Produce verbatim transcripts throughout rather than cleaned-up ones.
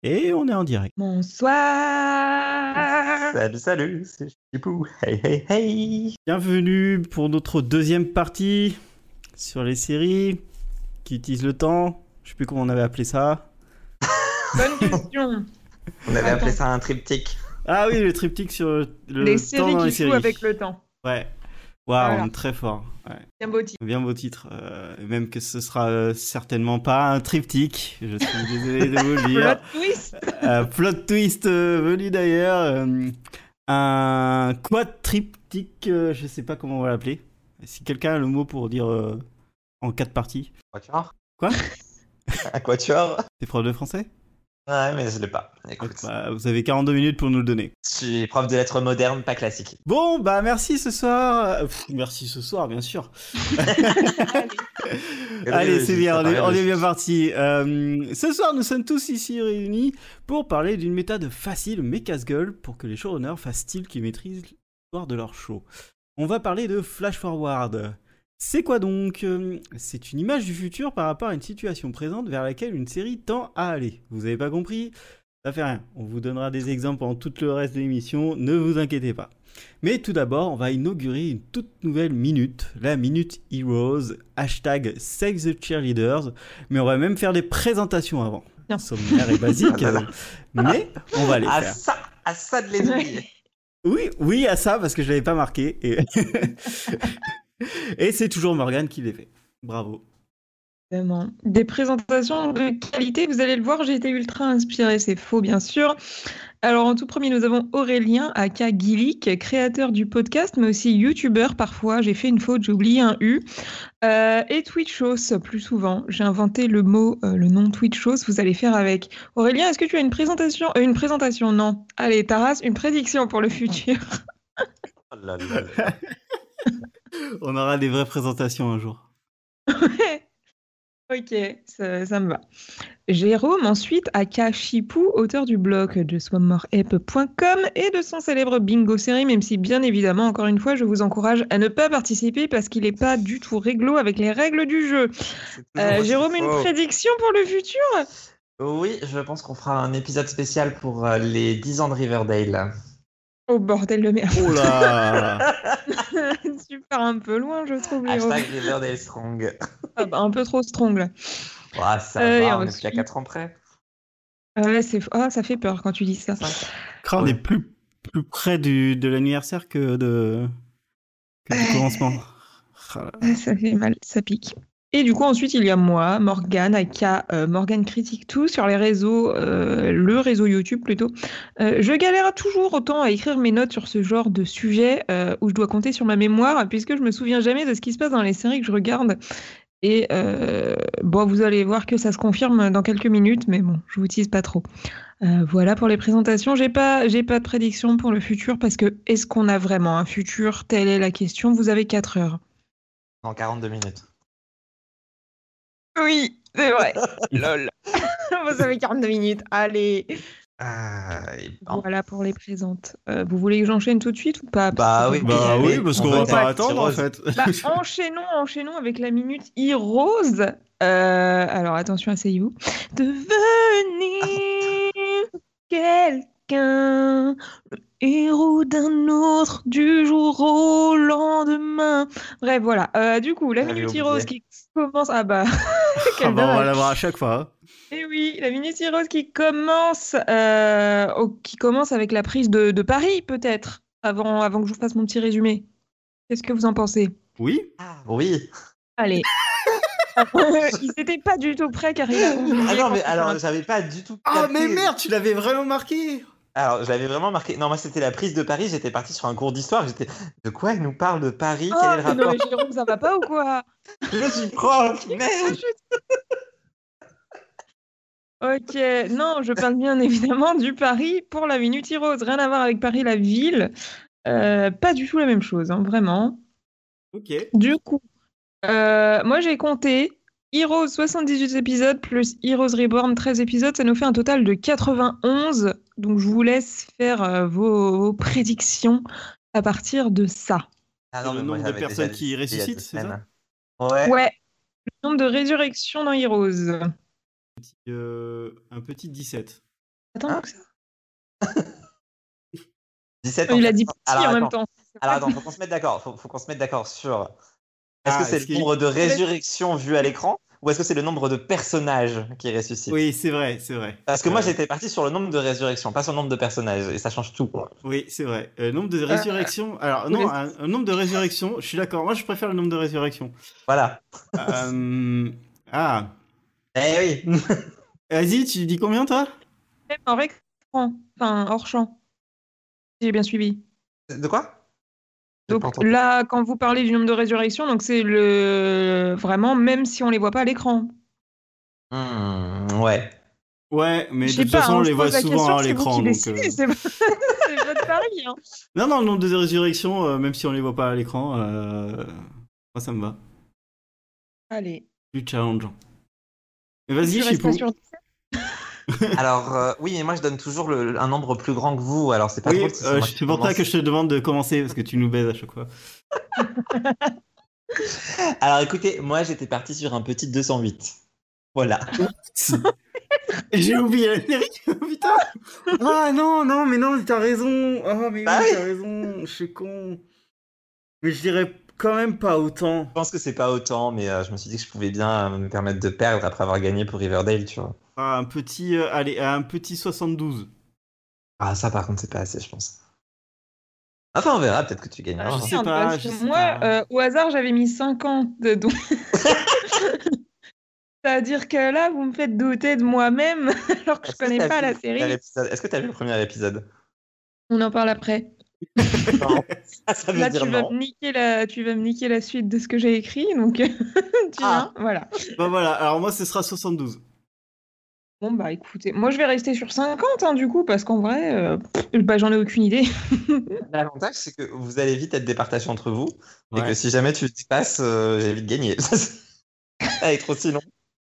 Et on est en direct. Bonsoir. Salut, salut, c'est Chipou. Hey, hey, hey. Bienvenue pour notre deuxième partie sur les séries qui utilisent le temps. Je sais plus comment on avait appelé ça. Bonne question. On avait Attends. appelé ça un triptyque. Ah oui, le triptyque sur le Les temps séries dans qui les jouent séries. avec le temps. Ouais. Waouh, Voilà. on est très fort. Ouais. Bien beau titre. Bien beau titre. Euh, même que ce sera euh, certainement pas un triptyque. Je suis désolé de vous le dire. Plot twist. Euh, plot twist euh, venu d'ailleurs. Euh, un quadtriptyque, euh, je sais pas comment on va l'appeler. Si quelqu'un a le mot pour dire euh, en quatre parties. Quatuor. Quoi? Un quatuor. T'es prof de français? Ouais, mais je l'ai pas. Écoute, Bah, vous avez quarante-deux minutes pour nous le donner. je suis prof de lettres modernes, pas classiques. Bon, bah merci ce soir. Euh, pff, merci ce soir, bien sûr. Allez, c'est bien, on est, on est bien parti. Euh, ce soir, nous sommes tous ici réunis pour parler d'une méthode facile mais casse-gueule pour que les showrunners fassent style qu'ils maîtrisent l'histoire de leur show. On va parler de flash forward. C'est quoi donc? C'est une image du futur par rapport à une situation présente vers laquelle une série tend à aller. Vous avez pas compris? Ça fait rien. On vous donnera des exemples pendant tout le reste de l'émission, ne vous inquiétez pas. Mais tout d'abord, on va inaugurer une toute nouvelle minute, la Minute Heroes, hashtag Save the Cheerleaders, mais on va même faire des présentations avant. Bien. Sommaire et basique, euh, mais on va les À faire. ça, à ça de les oublier. Oui, oui, à ça, parce que je l'avais pas marqué. Et, et c'est toujours Morgane qui les fait. Bravo. Vraiment. Des présentations de qualité, vous allez le voir, j'ai été ultra inspirée, c'est faux bien sûr. Alors en tout premier, nous avons Aurélien, aka Gillick, créateur du podcast, mais aussi youtubeur parfois, j'ai fait une faute, j'ai oublié un U. Euh, et Twitchos, plus souvent. J'ai inventé le mot, euh, le nom Twitchos, vous allez faire avec. Aurélien, est-ce que tu as une présentation euh, Une présentation, non. Allez, Taras, une prédiction pour le futur. Oh là là là. On aura des vraies présentations un jour. Ok, ça, ça me va. Jérôme, ensuite, aka Chipou, auteur du blog just one more app point com et de son célèbre bingo série, même si bien évidemment, encore une fois, je vous encourage à ne pas participer parce qu'il n'est pas du tout réglo avec les règles du jeu. C'est toujours Euh, aussi Jérôme, une faux. prédiction pour le futur? Oui, je pense qu'on fera un épisode spécial pour euh, les dix ans de Riverdale. Oh bordel de merde. Oh là. Tu pars un peu loin, je trouve, Jérôme. Hashtag Riverdale Strong. Ah bah, un peu trop strong là. Ouais, ça Euh, et va, on est ensuite- plus à quatre ans près. Ah ouais, c'est... ah, ça fait peur quand tu dis ça. Cinq. On est plus, plus près du, de l'anniversaire que, de, que du commencement. Ah là. Ouais, ça fait mal, ça pique. Et du coup, ensuite, il y a moi, Morgane, aka euh, Morgane Critique Tout, sur les réseaux, euh, le réseau YouTube plutôt. Euh, je galère toujours autant à écrire mes notes sur ce genre de sujet euh, où je dois compter sur ma mémoire, puisque je me souviens jamais de ce qui se passe dans les séries que je regarde. Et euh, bon, vous allez voir que ça se confirme dans quelques minutes, mais bon, je vous tease pas trop. Euh, voilà pour les présentations. J'ai pas, j'ai pas de prédiction pour le futur parce que est-ce qu'on a vraiment un futur? Telle est la question. Vous avez quatre heures. Dans quarante-deux minutes. Oui, c'est vrai. Lol. Vous avez quarante-deux minutes. Allez. Ah, et ben, Voilà pour les présentes. Euh, vous voulez que j'enchaîne tout de suite ou pas? Bah oui, Bah Allez, oui, parce on qu'on va va pas attaquer, attendre en Rose. fait. Bah, enchaînons, enchaînons avec la minute Heroes. Euh, alors attention, asseyez-vous. Devenir quelqu'un, le héros d'un autre du jour au lendemain. Bref, voilà. Euh, du coup, la J'avais minute oublié. Heroes qui commence. Ah bah, Ah quel bah, on va dommage. l'avoir à chaque fois. Hein. Et oui, la Minute Heroes qui commence, euh, au- qui commence avec la prise de, de Paris, peut-être, avant, avant que je vous fasse mon petit résumé. Qu'est-ce que vous en pensez? Oui. Ah, oui. Allez. Ils n'étaient pas du tout prêts car il a oublié. Ah non, quand mais il alors, fait j'avais pas du tout Ah capté. mais merde, tu l'avais vraiment marqué. Alors, je l'avais vraiment marqué. Non, moi, c'était la prise de Paris. J'étais parti sur un cours d'histoire. J'étais. De quoi il nous parle de Paris? un- Quel est le Oh, mais non, rapport? mais Jérôme, ça va pas ou quoi? Je suis prof. Merde. Ok, non, je parle bien évidemment du Paris pour la Minute Heroes. Rien à voir avec Paris, la ville. Euh, pas du tout la même chose, hein, vraiment. Ok. Du coup, euh, moi j'ai compté Heroes soixante-dix-huit épisodes plus Heroes Reborn treize épisodes, ça nous fait un total de quatre-vingt-onze. Donc je vous laisse faire euh, vos, vos prédictions à partir de ça. Ah C'est le mais moi, nombre de j'avais personnes déjà qui décidé il y a deux ressuscitent, c'est ça? semaines. Ouais. Ouais, le nombre de résurrections dans Heroes. Euh, un petit dix-sept. Attends, Hein que ça. dix-sept Il en a dit fait. petit Alors en même attends, temps. alors attends, faut qu'on se mette d'accord. Faut, faut qu'on se mette d'accord sur. Est-ce que Ah, c'est est-ce le qu'il- nombre de résurrections vues à l'écran ou est-ce que c'est le nombre de personnages qui ressuscitent? Oui, c'est vrai, c'est vrai. Parce que moi Euh, j'étais parti sur le nombre de résurrections, pas sur le nombre de personnages, et ça change tout. Oui, c'est vrai. Euh, nombre de résurrections. Alors, vous non, laisse- un, un nombre de résurrections. Je suis d'accord. Moi, je préfère le nombre de résurrections. Voilà. Euh, Ah. Eh oui. Vas-y, tu dis combien, toi? Même hors écran, enfin hors champ, si j'ai bien suivi. De quoi? J'ai pas Donc entendu. là, quand vous parlez du nombre de résurrections, donc c'est le vraiment même si on les voit pas à l'écran. Hmm, ouais. Ouais, mais Je de sais toute pas, façon, hein, on je les voit pose la souvent question, à c'est vous l'écran. qui Donc, décidez, euh, c'est c'est votre pari. Hein. Non, non, le nombre de résurrections, euh, même si on les voit pas à l'écran, euh, moi, ça me va. Allez, Plus challengeant. Mais vas-y, tu restes pas Chipou. sur Alors, euh, oui, mais moi je donne toujours le- un nombre plus grand que vous, alors c'est pas Oui, drôle si c'est euh, moi qui c'est pour ça commence. que je te demande de commencer, parce que tu nous baises à chaque fois. Alors écoutez, moi j'étais parti sur un petit deux cent huit. Voilà. J'ai oublié la série, putain. Ah non, non, mais non, t'as raison. Ah, mais Bah oui, oui. t'as raison, je suis con. Mais je dirais quand même pas autant. Je pense que c'est pas autant, mais euh, je me suis dit que je pouvais bien euh, me permettre de perdre après avoir gagné pour Riverdale, tu vois. Ah, un petit, euh, allez, un petit soixante-douze. Ah, ça par contre, c'est pas assez, je pense. Enfin, on verra, peut-être que tu gagneras. Ah, je hein. sais Merde, pas, parce je que sais moi, pas. euh, au hasard, j'avais mis cinquante dedans. C'est-à-dire que là, vous me faites douter de moi-même alors que je Est-ce que connais t'as pas vu la le premier série. épisode Est-ce que t'as vu le premier épisode? On en parle après. Non. Ah, ça veut Là, dire tu vas non. me niquer la, tu vas me niquer la suite de ce que j'ai écrit, donc tiens, Ah. voilà. Bah voilà, alors moi ce sera soixante-douze. Bon bah écoutez, moi je vais rester sur cinquante hein, du coup parce qu'en vrai, euh, pff, bah, j'en ai aucune idée. L'avantage, c'est que vous allez vite être départagés entre vous, et Ouais. que si jamais tu dépasses, euh, j'ai vite gagné. Ça va être aussi long.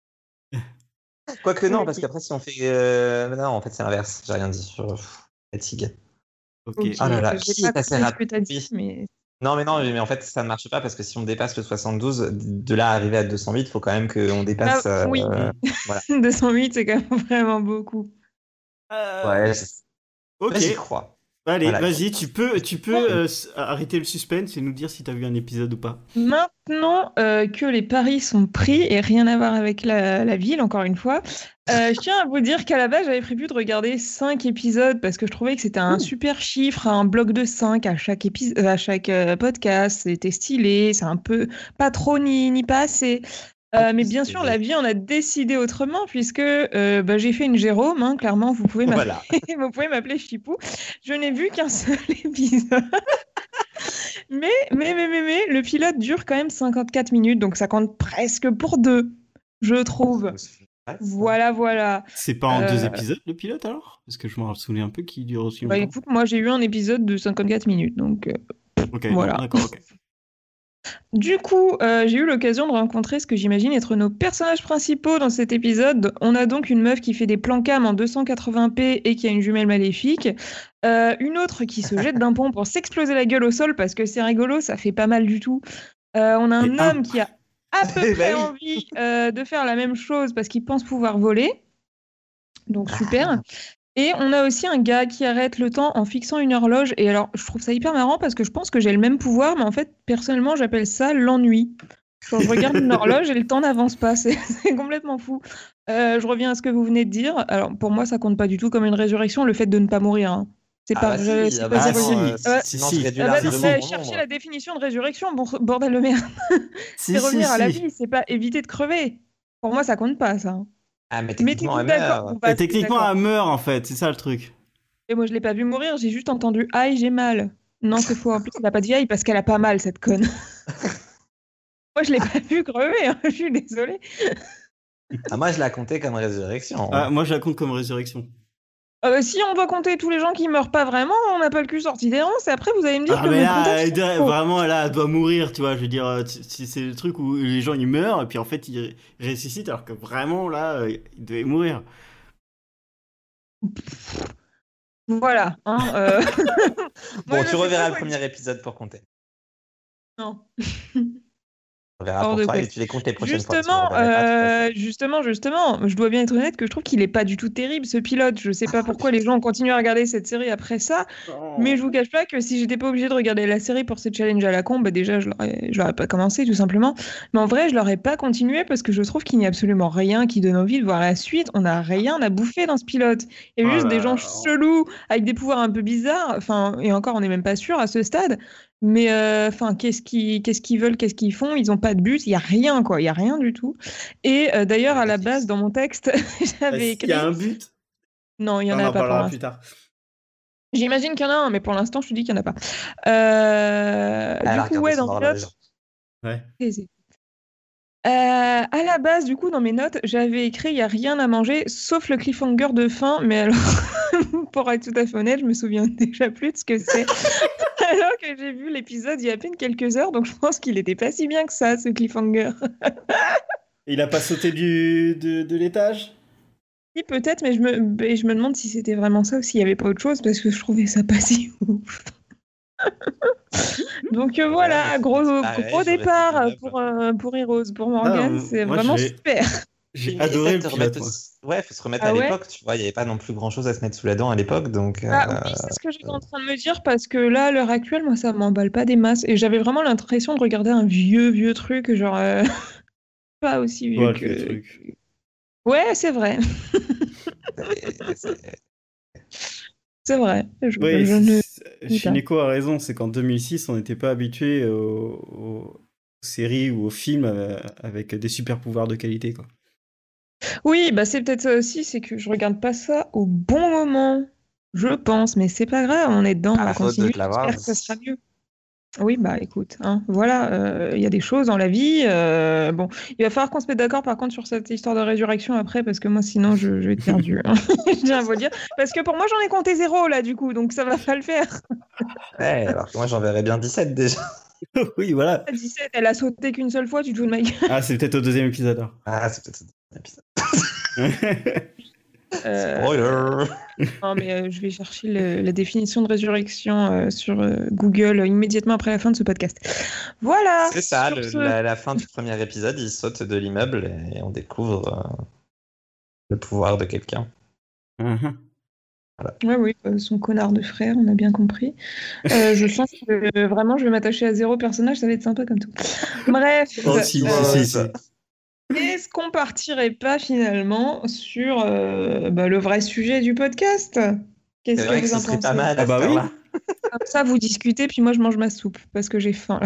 Quoique non, parce qu'après, si on fait. euh, Non, en fait, c'est l'inverse. J'ai rien dit sur euh, fatigue. Ok. Ok, Oh là là, j'ai qui pas est assez compris ce que rapide. t'as dit, mais Non, mais non, mais en fait, ça ne marche pas parce que si on dépasse le soixante-douze, de là à arriver à deux cent huit, il faut quand même qu'on dépasse. ah, oui, euh, Mm. Voilà. deux cent huit c'est quand même vraiment beaucoup. Euh, Ouais, je- Ok. mais j'y crois. Allez, Voilà. vas-y, tu peux, tu peux euh, s- arrêter le suspense et nous dire si t'as vu un épisode ou pas. Maintenant euh, que les paris sont pris et rien à voir avec la, la ville, encore une fois, euh, je tiens à vous dire qu'à la base, j'avais prévu de regarder cinq épisodes parce que je trouvais que c'était un super chiffre, un bloc de cinq à chaque, épi- euh, à chaque euh, podcast. C'était stylé, c'est un peu pas trop ni, ni pas assez. Euh, mais bien sûr, la vie en a décidé autrement puisque euh, bah, j'ai fait une Jérôme, hein, clairement, vous pouvez m'appeler Voilà. vous pouvez m'appeler Chipou. Je n'ai vu qu'un seul épisode. Mais, mais, mais, mais, mais, le pilote dure quand même cinquante-quatre minutes, donc ça compte presque pour deux, je trouve. Voilà, voilà. C'est pas en Euh, deux épisodes le pilote alors? Parce que je me souviens un peu qu'il dure aussi Bah longtemps. écoute, moi j'ai eu un épisode de cinquante-quatre minutes, donc euh, Ok, voilà. non, d'accord, ok. Du coup, euh, j'ai eu l'occasion de rencontrer ce que j'imagine être nos personnages principaux dans cet épisode. On a donc une meuf qui fait des plans cam en deux cent quatre-vingts p et qui a une jumelle maléfique. Euh, une autre qui se jette d'un pont pour s'exploser la gueule au sol parce que c'est rigolo, ça fait pas mal du tout. Euh, on a un Et un. homme qui a à peu Eh près ben oui. envie euh, de faire la même chose parce qu'il pense pouvoir voler. Donc super. Et on a aussi un gars qui arrête le temps en fixant une horloge. Et alors, je trouve ça hyper marrant parce que je pense que j'ai le même pouvoir, mais en fait, personnellement, j'appelle ça l'ennui. Genre, je regarde une horloge et le temps n'avance pas. C'est c'est complètement fou. Euh, je reviens à ce que vous venez de dire. Alors, pour moi, ça compte pas du tout comme une résurrection, le fait de ne pas mourir. Hein. C'est Ah pas, bah je- si, c'est ah pas bah Ah zéro si, non, uni. euh, Ouais. sinon si, je si. réduis Ah bah non, largement bah, mon cherchez nombre. la définition de résurrection, bon, bordel de merde. Si, C'est si, revenir à la si. vie, c'est pas éviter de crever. Pour moi, ça compte pas, ça. Ah, mais techniquement, Mettez-vous elle d'accord. meurt. Bon, bah, Et techniquement, d'accord. elle meurt en fait, c'est ça le truc. Et moi, je l'ai pas vu mourir, j'ai juste entendu aïe, j'ai mal. Non, c'est faux. En plus, elle a pas de vieille parce qu'elle a pas mal, cette conne. Moi, je l'ai pas vu crever, hein, je suis désolée. Ah, moi, je la comptais comme résurrection. Ah, moi je la compte comme résurrection. Euh, si on doit compter tous les gens qui meurent pas vraiment, on n'a pas le cul sorti des rances, et après, vous allez me dire Ah que mais mes là, comptages elle sont doit- faux. vraiment là, elle doit mourir, tu vois. Je veux dire, euh, t- t- c'est le truc où les gens ils meurent et puis en fait ils ressuscitent alors que vraiment là, euh, ils devaient mourir. Voilà. Hein, euh... Bon, Moi, je tu sais reverras pas le quoi premier épisode pour compter. dire. Non. On verra pour toi et tu les comptes les prochaines justement, fois. Euh, justement, justement, je dois bien être honnête que je trouve qu'il est pas du tout terrible ce pilote. Je sais pas pourquoi les gens ont continué à regarder cette série après ça, Oh. mais je vous cache pas que si j'étais pas obligée de regarder la série pour ces challenges à la con, bah déjà je l'aurais, je l'aurais pas commencé tout simplement. Mais en vrai, je l'aurais pas continué parce que je trouve qu'il n'y a absolument rien qui donne envie de voir la suite. On n'a rien à bouffer dans ce pilote. Il y a Oh juste là des gens là. chelous avec des pouvoirs un peu bizarres. Enfin, et encore, on n'est même pas sûr à ce stade. Mais enfin, euh, qu'est-ce qu'ils, qu'est-ce qu'ils veulent, qu'est-ce qu'ils font? Ils n'ont pas de but, il y a rien quoi, il y a rien du tout. Et euh, d'ailleurs, à la base, dans mon texte, j'avais écrit. Il y a un but. Non, il y en On a en pas pour parlera l'instant. plus tard. J'imagine qu'il y en a un, mais pour l'instant, je te dis qu'il n'y en a pas. Euh, du coup, ouais, dans mes notes. Ouais. Euh, à la base, du coup, dans mes notes, j'avais écrit il n'y a rien à manger sauf le cliffhanger de fin, mais alors, pour être tout à fait honnête, je me souviens déjà plus de ce que c'est. Alors que j'ai vu l'épisode il y a à peine quelques heures, donc je pense qu'il n'était pas si bien que ça, ce cliffhanger. Il a pas sauté du, de, de l'étage? Oui, peut-être, mais je me, et je me demande si c'était vraiment ça ou s'il n'y avait pas autre chose, parce que je trouvais ça pas si ouf. Donc euh, voilà, ouais, gros, pareil, gros départ pour, euh, pour Heroes, pour Morgan, ah, c'est vraiment super. J'ai adoré le pilote, moi. Ouais, faut se remettre ah à ouais l'époque, tu vois, il n'y avait pas non plus grand-chose à se mettre sous la dent à l'époque, donc... Ah euh... oui, c'est ce que j'étais en train de me dire, parce que là, à l'heure actuelle, moi, ça m'emballe pas des masses, et j'avais vraiment l'impression de regarder un vieux, vieux truc, genre... Euh... pas aussi vieux ouais, que... le truc. Ouais, c'est vrai. C'est vrai. Je, oui, je ne... Shineko a raison, c'est qu'en deux mille six, on n'était pas habitué aux, aux séries ou aux films avec des super pouvoirs de qualité, quoi. Oui, bah c'est peut-être ça aussi, c'est que je regarde pas ça au bon moment, je pense, mais c'est pas grave, on est dedans, à on la continue, faute de j'espère que ça sera mieux. Oui, bah écoute, hein, voilà, il euh, y a des choses dans la vie. Euh, bon, il va falloir qu'on se mette d'accord par contre sur cette histoire de résurrection après, parce que moi sinon je, je vais être perdu. Hein. Je tiens à vous le dire. Parce que pour moi j'en ai compté zéro là du coup, donc ça va pas le faire. Ouais, alors que moi j'en verrais bien dix-sept déjà. Oui, voilà. dix-sept, elle a sauté qu'une seule fois, tu te fous de ma gueule. Ah, c'est peut-être au deuxième épisode. Alors. Ah, c'est peut-être au deuxième épisode. Euh... Spoiler. Non, mais euh, je vais chercher le, la définition de résurrection euh, sur euh, Google euh, immédiatement après la fin de ce podcast. Voilà. C'est ça, le, ce... la, la fin du premier épisode, il saute de l'immeuble et on découvre euh, le pouvoir de quelqu'un. Mm-hmm. Voilà. Ouais, oui, euh, son connard de frère, on a bien compris. Euh, je sens que euh, vraiment, je vais m'attacher à zéro personnage, ça va être sympa comme tout. Bref. Oh, si, euh, si, si, si. Est-ce qu'on partirait pas finalement sur euh, bah, le vrai sujet du podcast? Qu'est-ce que vous que en ce serait pensez? Pas mal ah bah oui. Comme ça, vous discutez, puis moi je mange ma soupe parce que j'ai faim.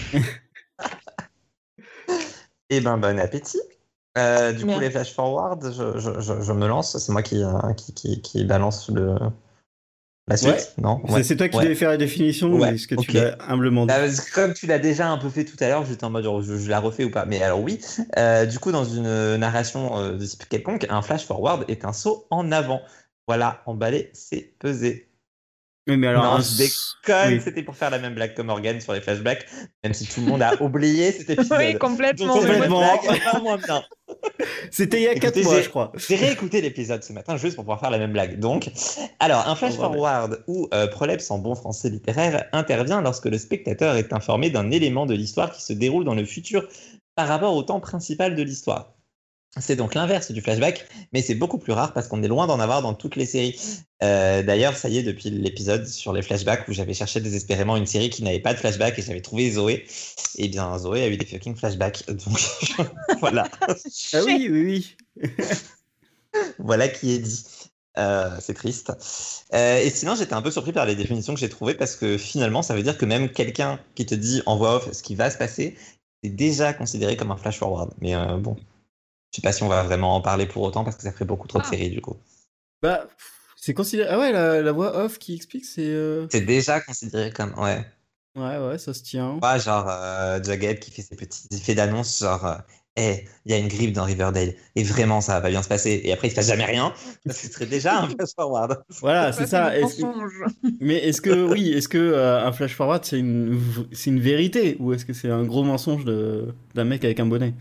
Eh ben, bon appétit. Euh, du Merci. coup, les flash forward, je, je, je, je me lance. C'est moi qui, euh, qui, qui, qui balance le... la suite, ouais. non ouais. C'est toi qui ouais. devais faire la définition, ouais. Est-ce que okay. tu l'as humblement dit? Bah, comme tu l'as déjà un peu fait tout à l'heure, j'étais en mode je, je la refais ou pas. Mais alors oui, euh, du coup, dans une narration euh, de type quelconque, un flash forward est un saut en avant. Voilà, emballer, c'est peser. Oui, mais alors, non, un... je déconne, oui. C'était pour faire la même blague que Morgan sur les flashbacks, même si tout le monde a oublié cet épisode. Oui, complètement. Donc, complètement. Blague, moins bien. C'était il y a quatre mois, je crois. J'ai réécouté l'épisode ce matin juste pour pouvoir faire la même blague. Donc, alors, un flash oh, forward où euh, Proleps en bon français littéraire intervient lorsque le spectateur est informé d'un élément de l'histoire qui se déroule dans le futur par rapport au temps principal de l'histoire. C'est donc l'inverse du flashback, mais c'est beaucoup plus rare parce qu'on est loin d'en avoir dans toutes les séries. Euh, d'ailleurs, ça y est, depuis l'épisode sur les flashbacks où j'avais cherché désespérément une série qui n'avait pas de flashback et j'avais trouvé Zoé, et bien Zoé a eu des fucking flashbacks. Donc voilà. Ah oui, oui, oui. Voilà qui est dit. Euh, c'est triste. Euh, et sinon, j'étais un peu surpris par les définitions que j'ai trouvées parce que finalement, ça veut dire que même quelqu'un qui te dit en voix off ce qui va se passer, c'est déjà considéré comme un flash forward. Mais euh, bon. Je sais pas si on va vraiment en parler pour autant parce que ça ferait beaucoup trop ah. de séries du coup. Bah, c'est considéré. Ah ouais, la, la voix off qui explique, c'est. Euh... C'est déjà considéré comme. Ouais. Ouais, ouais, ça se tient. Ouais, genre euh, Jughead qui fait ses petits effets d'annonce, genre. Euh, hey, il y a une grippe dans Riverdale et vraiment ça va pas bien se passer. Et après il se passe jamais rien. Ce serait déjà un flash forward. Voilà, c'est ça. Est-ce que... Mais est-ce que oui, est-ce que euh, un flash forward c'est une c'est une vérité ou est-ce que c'est un gros mensonge de d'un mec avec un bonnet?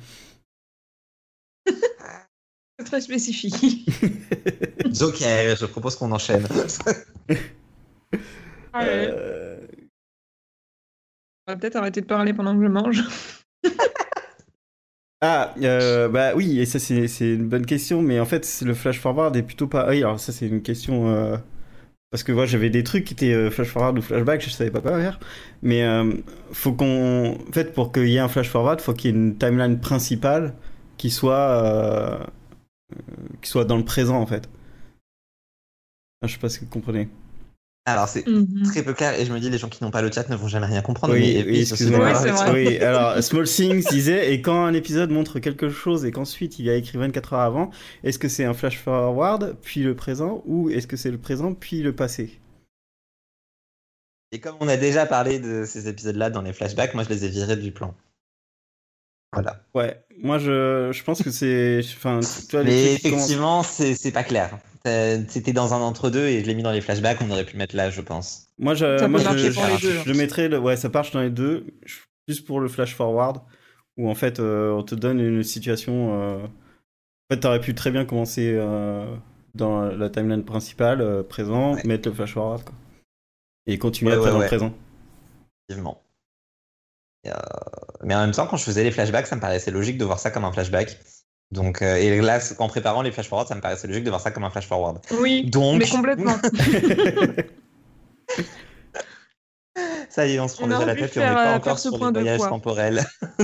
C'est très spécifique. Ok, je propose qu'on enchaîne. euh... On va peut-être arrêter de parler pendant que je mange. Ah, euh, bah oui, et ça c'est, c'est une bonne question, mais en fait c'est- le flash forward est plutôt pas. Oui, alors ça c'est une question. euh, Parce que moi j'avais des trucs qui étaient euh, flash forward ou flashback, je savais pas quoi faire. Mais euh, faut qu'on. En fait, pour qu'il y ait un flash forward, faut qu'il y ait une timeline principale qui soit, euh, qui soit dans le présent en fait. Ah, je sais pas si vous comprenez. Alors, c'est Mhm. très peu clair, et je me dis, les gens qui n'ont pas le chat ne vont jamais rien comprendre. Oui, mais oui, oui, je suis excusez-moi. d'accord Oui, avec c'est toi. vrai. Oui, alors Small Things disait, et quand un épisode montre quelque chose et qu'ensuite il y a écrit vingt-quatre heures avant, est-ce que c'est un flash forward, puis le présent, ou est-ce que c'est le présent, puis le passé? Et comme on a déjà parlé de ces épisodes-là dans les flashbacks, moi je les ai virés du plan. Voilà. Ouais, moi je, je pense que c'est. Enfin, tu vois, les Mais trucs qui commencent. effectivement, c'est c'est pas clair. Euh, C'était dans un entre-deux et je l'ai mis dans les flashbacks, on aurait pu le mettre là, je pense. Moi, je, Ça moi, peut je, marcher je, pour les deux. je le mettrais. Le, ouais, ça marche dans les deux. Je- Plus pour le flash forward, où en fait, euh, on te donne une situation. euh, En fait, t'aurais pu très bien commencer euh, dans la timeline principale, euh, présent, Ouais. mettre le flash forward, quoi. Et continuer Ouais, après ouais, dans ouais. le présent. Effectivement. Et, euh, Mais en même temps, quand je faisais les flashbacks, ça me paraissait logique de voir ça comme un flashback. Donc, euh, et là, en préparant les flash forward, ça me paraissait logique de voir ça comme un flash forward. Oui, Donc, mais complètement. ça y est, on se prend On déjà aurait la pu tête et on n'est faire, pas euh, encore faire ce sur les point deux voyages fois. temporels.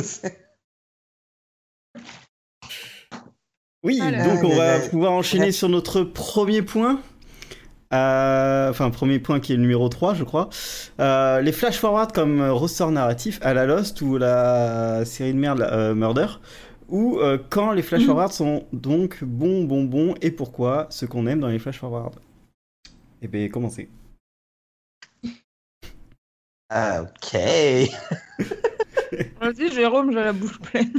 Oui, Alors. donc on Aïe, va aïe, aïe. pouvoir enchaîner Bref. sur notre premier point. Euh, Enfin, premier point qui est le numéro trois, je crois. Euh, les flash forward comme euh, ressort narratif à la Lost ou la série de merde euh, Murder. Ou euh, quand les flash Mhm. forward sont donc bons, bons, bons et pourquoi ce qu'on aime dans les flash forward. Eh bien, commencez. Ah, ok. Vas-y, Jérôme, j'ai la bouche pleine.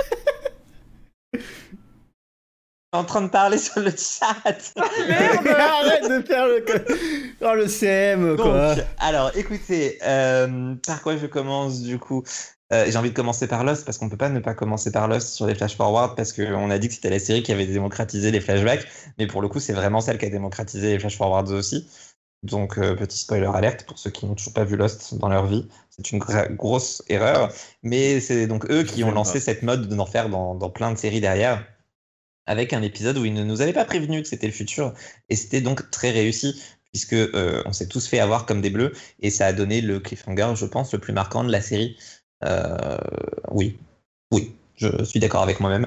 En train de parler sur le chat. Merde. Arrête de faire le, oh, le C M, quoi. Donc, alors, écoutez, euh, par quoi je commence du coup Euh, J'ai envie de commencer par Lost parce qu'on peut pas ne pas commencer par Lost sur les flash forward parce qu'on a dit que c'était la série qui avait démocratisé les flashbacks, mais pour le coup, c'est vraiment celle qui a démocratisé les flash forwards aussi. Donc, euh, petit spoiler alerte pour ceux qui n'ont toujours pas vu Lost dans leur vie, c'est une gra- grosse erreur, mais c'est donc eux qui Je ont sais lancé pas. cette mode d'en faire dans, dans plein de séries derrière, avec un épisode où ils ne nous avaient pas prévenu que c'était le futur, et c'était donc très réussi, puisque euh, on s'est tous fait avoir comme des bleus, et ça a donné le cliffhanger, je pense, le plus marquant de la série. Euh, oui, oui, je suis d'accord avec moi-même.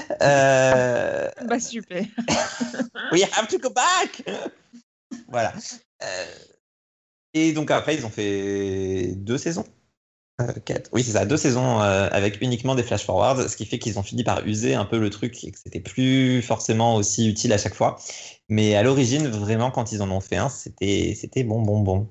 Euh, Bah super. We have to go back. Voilà. Euh, et donc après, ils ont fait deux saisons. Euh, quatre. Oui, c'est ça, deux saisons euh, avec uniquement des flash forwards, ce qui fait qu'ils ont fini par user un peu le truc et que c'était plus forcément aussi utile à chaque fois. Mais à l'origine, vraiment, quand ils en ont fait un, c'était c'était bon, bon, bon.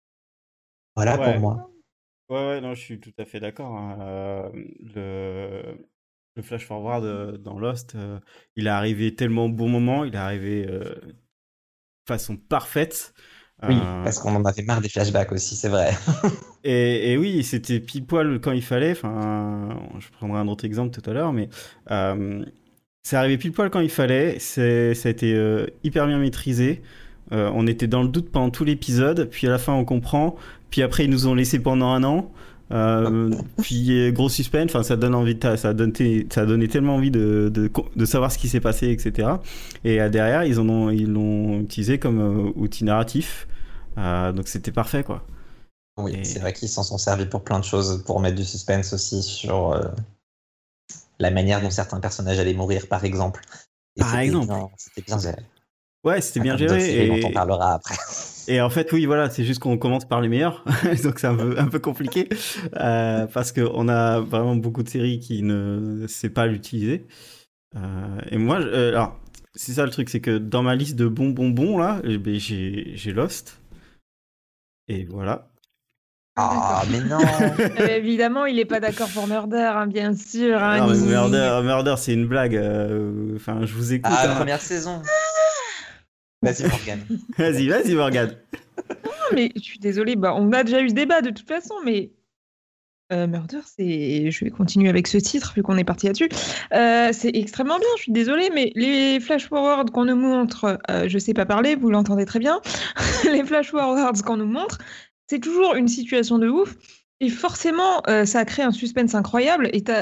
Voilà Ouais. pour moi. Ouais, ouais, non, je suis tout à fait d'accord. hein. Euh, le... le flash forward euh, dans Lost, euh, il est arrivé tellement au bon moment, il est arrivé euh, de façon parfaite. Oui, Euh, parce qu'on en avait marre des flashbacks aussi, c'est vrai. et, et oui, c'était pile poil quand il fallait. Enfin, je prendrai un autre exemple tout à l'heure, mais euh, c'est arrivé pile poil quand il fallait. C'est, ça a été euh, hyper bien maîtrisé. Euh, on était dans le doute pendant tout l'épisode, puis à la fin on comprend. Puis après ils nous ont laissé pendant un an. Euh, puis euh, gros suspense. Enfin, ça donne envie, de, ça a donné, ça a donné tellement envie de, de, de savoir ce qui s'est passé, et cetera. Et euh, derrière, ils en ont, ils l'ont utilisé comme euh, outil narratif. Euh, donc c'était parfait, quoi. Oui, Et- c'est vrai qu'ils s'en sont servis pour plein de choses, pour mettre du suspense aussi sur euh, la manière dont certains personnages allaient mourir, par exemple. Et Par c'était exemple. bien- C'était bien géré. Ouais, c'était Pas bien comme d'autres géré. séries Et... dont on parlera après. Et en fait, oui, voilà, c'est juste qu'on commence par les meilleurs, donc c'est un peu, un peu compliqué, euh, parce qu'on a vraiment beaucoup de séries qui ne savent pas l'utiliser. Euh, et moi, je- euh, alors, c'est ça le truc, c'est que dans ma liste de bons bonbons, là, eh ben, j'ai, j'ai Lost. Et voilà. Ah, mais non. Euh, évidemment, il est pas d'accord pour Murder, hein, bien sûr. hein, Non, mais ni- ni- Murder, Murder, c'est une blague. euh, Enfin, je vous écoute. Ah, hein. première saison. Vas-y, Morgane. Vas-y, vas-y, Morgane. Non, mais je suis désolée, bah, on a déjà eu ce débat de toute façon, mais euh, Murder, c'est. Je vais continuer avec ce titre vu qu'on est parti là-dessus. Euh, c'est extrêmement bien, je suis désolée, mais les flash forwards qu'on nous montre, euh, je sais pas parler, vous l'entendez très bien. Les flash forwards qu'on nous montre, c'est toujours une situation de ouf, et forcément, euh, ça crée un suspense incroyable, et t'as-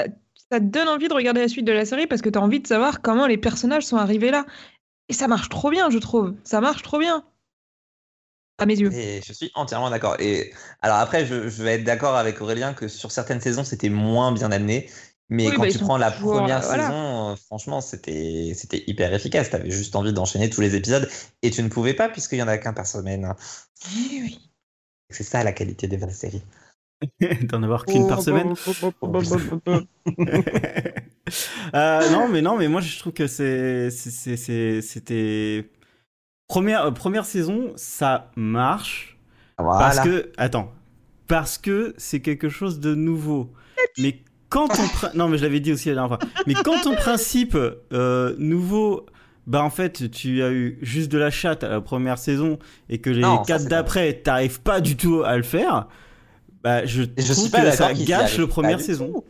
ça te donne envie de regarder la suite de la série parce que t'as envie de savoir comment les personnages sont arrivés là. Et ça marche trop bien, je trouve. Ça marche trop bien. À mes yeux. Et je suis entièrement d'accord. Et alors après, je, je vais être d'accord avec Aurélien que sur certaines saisons, c'était moins bien amené. Mais Oui, quand bah, ils tu sont prends la toujours, première euh, voilà. saison, euh, franchement, c'était c'était hyper efficace. T'avais juste envie d'enchaîner tous les épisodes et tu ne pouvais pas puisqu'il y en a qu'un par semaine. Eh oui. C'est ça la qualité des vraies séries. D'en avoir qu'une par semaine. Euh, non, mais non, mais moi je trouve que c'est, c'est, c'est- c'est- c'était première euh, première saison, ça marche parce Voilà. que attends, parce que c'est quelque chose de nouveau. Mais quand ton pri- non, mais je l'avais dit aussi la dernière fois. Mais quand ton principe euh, nouveau, bah en fait, tu as eu juste de la chatte à la première saison et que les Non, ça, quatre c'est pas d'après, t'arrives pas du tout à le faire. Bah, je Et je trouve suis pas que d'accord ça qu'ils y gâche arrivent le pas première du saison. tout.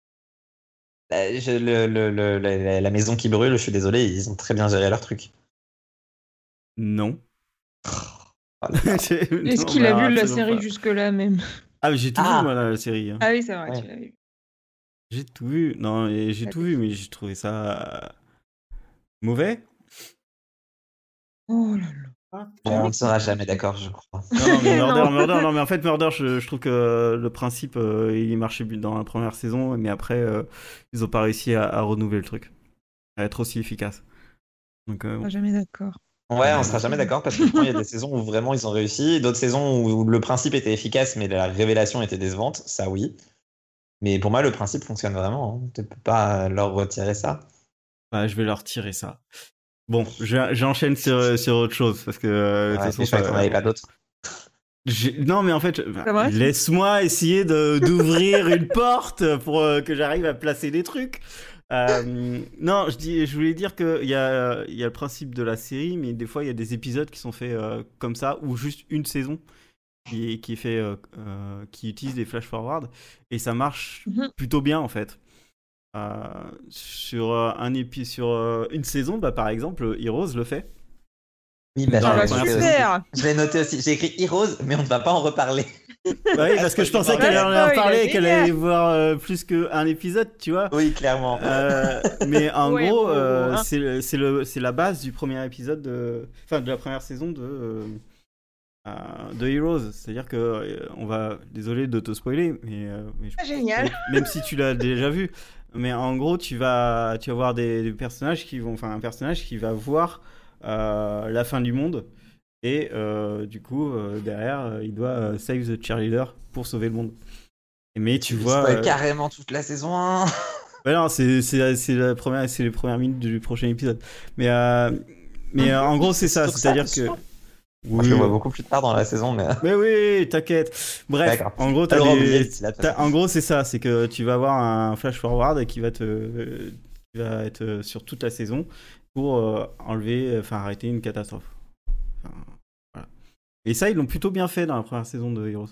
Euh, je- le- le- le- la, la maison qui brûle, je suis désolé, ils ont très bien géré leur truc. Non. Oh là là. C'est- Est-ce non, qu'il mais a alors, vu la absolument série pas. jusque-là même? Ah, mais j'ai tout Ah. vu, moi, la série. hein. Ah oui, c'est vrai, Ouais. tu l'as vu. J'ai tout vu. Non, et j'ai Ah, tout vu, mais j'ai trouvé ça euh, mauvais. Oh là là. Bon, on ne sera jamais d'accord, je crois. Non, non, mais Murder, Non. Murder, non, mais en fait, Murder, je, je trouve que le principe, euh, il marchait bien dans la première saison, mais après, euh, ils ont pas réussi à, à renouveler le truc, à être aussi efficace. Donc, euh, On bon. sera jamais d'accord. Ouais, on sera jamais d'accord parce que il y a des saisons où vraiment ils ont réussi, d'autres saisons où le principe était efficace mais la révélation était décevante, ça oui. Mais pour moi, le principe fonctionne vraiment. Hein. Tu peux pas leur retirer ça. Bah, je vais leur tirer ça. Bon, je- j'enchaîne sur, sur autre chose parce que euh, de toute Ouais, façon, je crois que ça- t'en avais pas d'autres. J'ai- Non, mais en fait, je- Ça va, laisse-moi essayer de- d'ouvrir une porte pour euh, que j'arrive à placer des trucs. Euh, non, je, dis, je voulais dire qu'il y a, il y a le principe de la série, mais des fois, il y a des épisodes qui sont faits euh, comme ça, ou juste une saison qui, est- qui, est fait, euh, euh, qui utilise des flash-forward, et ça marche Mhm. plutôt bien, en fait. Euh, sur, euh, un épi sur euh, une saison, bah, par exemple, Heroes le fait. Oui, bah, Dans Ah la je bah l'ai première noté aussi. super. Je l'ai noté aussi. J'ai écrit Heroes, mais on ne va pas en reparler. Bah oui, parce que je pensais qu'elle allait en Ouais, parler il a et qu'elle génial. allait voir euh, plus qu'un épisode, tu vois. Oui, clairement. Euh, mais en Ouais, gros, bon, euh, hein. c'est le- c'est le- c'est la base du premier épisode, de, enfin de la première saison de, euh, euh, de Heroes. C'est-à-dire que, euh, on va, désolé de te spoiler, mais, euh, mais je- Ah, génial. même, même si tu l'as déjà vu, mais en gros, tu vas, tu vas voir des, des personnages qui vont, enfin un personnage qui va voir euh, la fin du monde. Et euh, du coup, euh, derrière, euh, il doit euh, save the cheerleader pour sauver le monde. Mais tu Tu vois. spoil euh, carrément toute la saison un. Ouais, non, c'est c'est c'est la première, c'est les premières minutes du prochain épisode. Mais euh, mais euh, en gros, c'est ça, Sur ça, c'est-à-dire sûr. que. Moi, je le vois beaucoup plus tard dans la saison, mais. Mais oui, t'inquiète. Bref, D'accord. en gros, t'as Alors, des- oublié d'ici là, de toute t'as- façon. en gros, c'est ça, c'est que tu vas avoir un flash forward qui va te, euh, qui va être euh, sur toute la saison pour euh, enlever, enfin arrêter une catastrophe. Enfin, voilà. Et ça, ils l'ont plutôt bien fait dans la première saison de Heroes.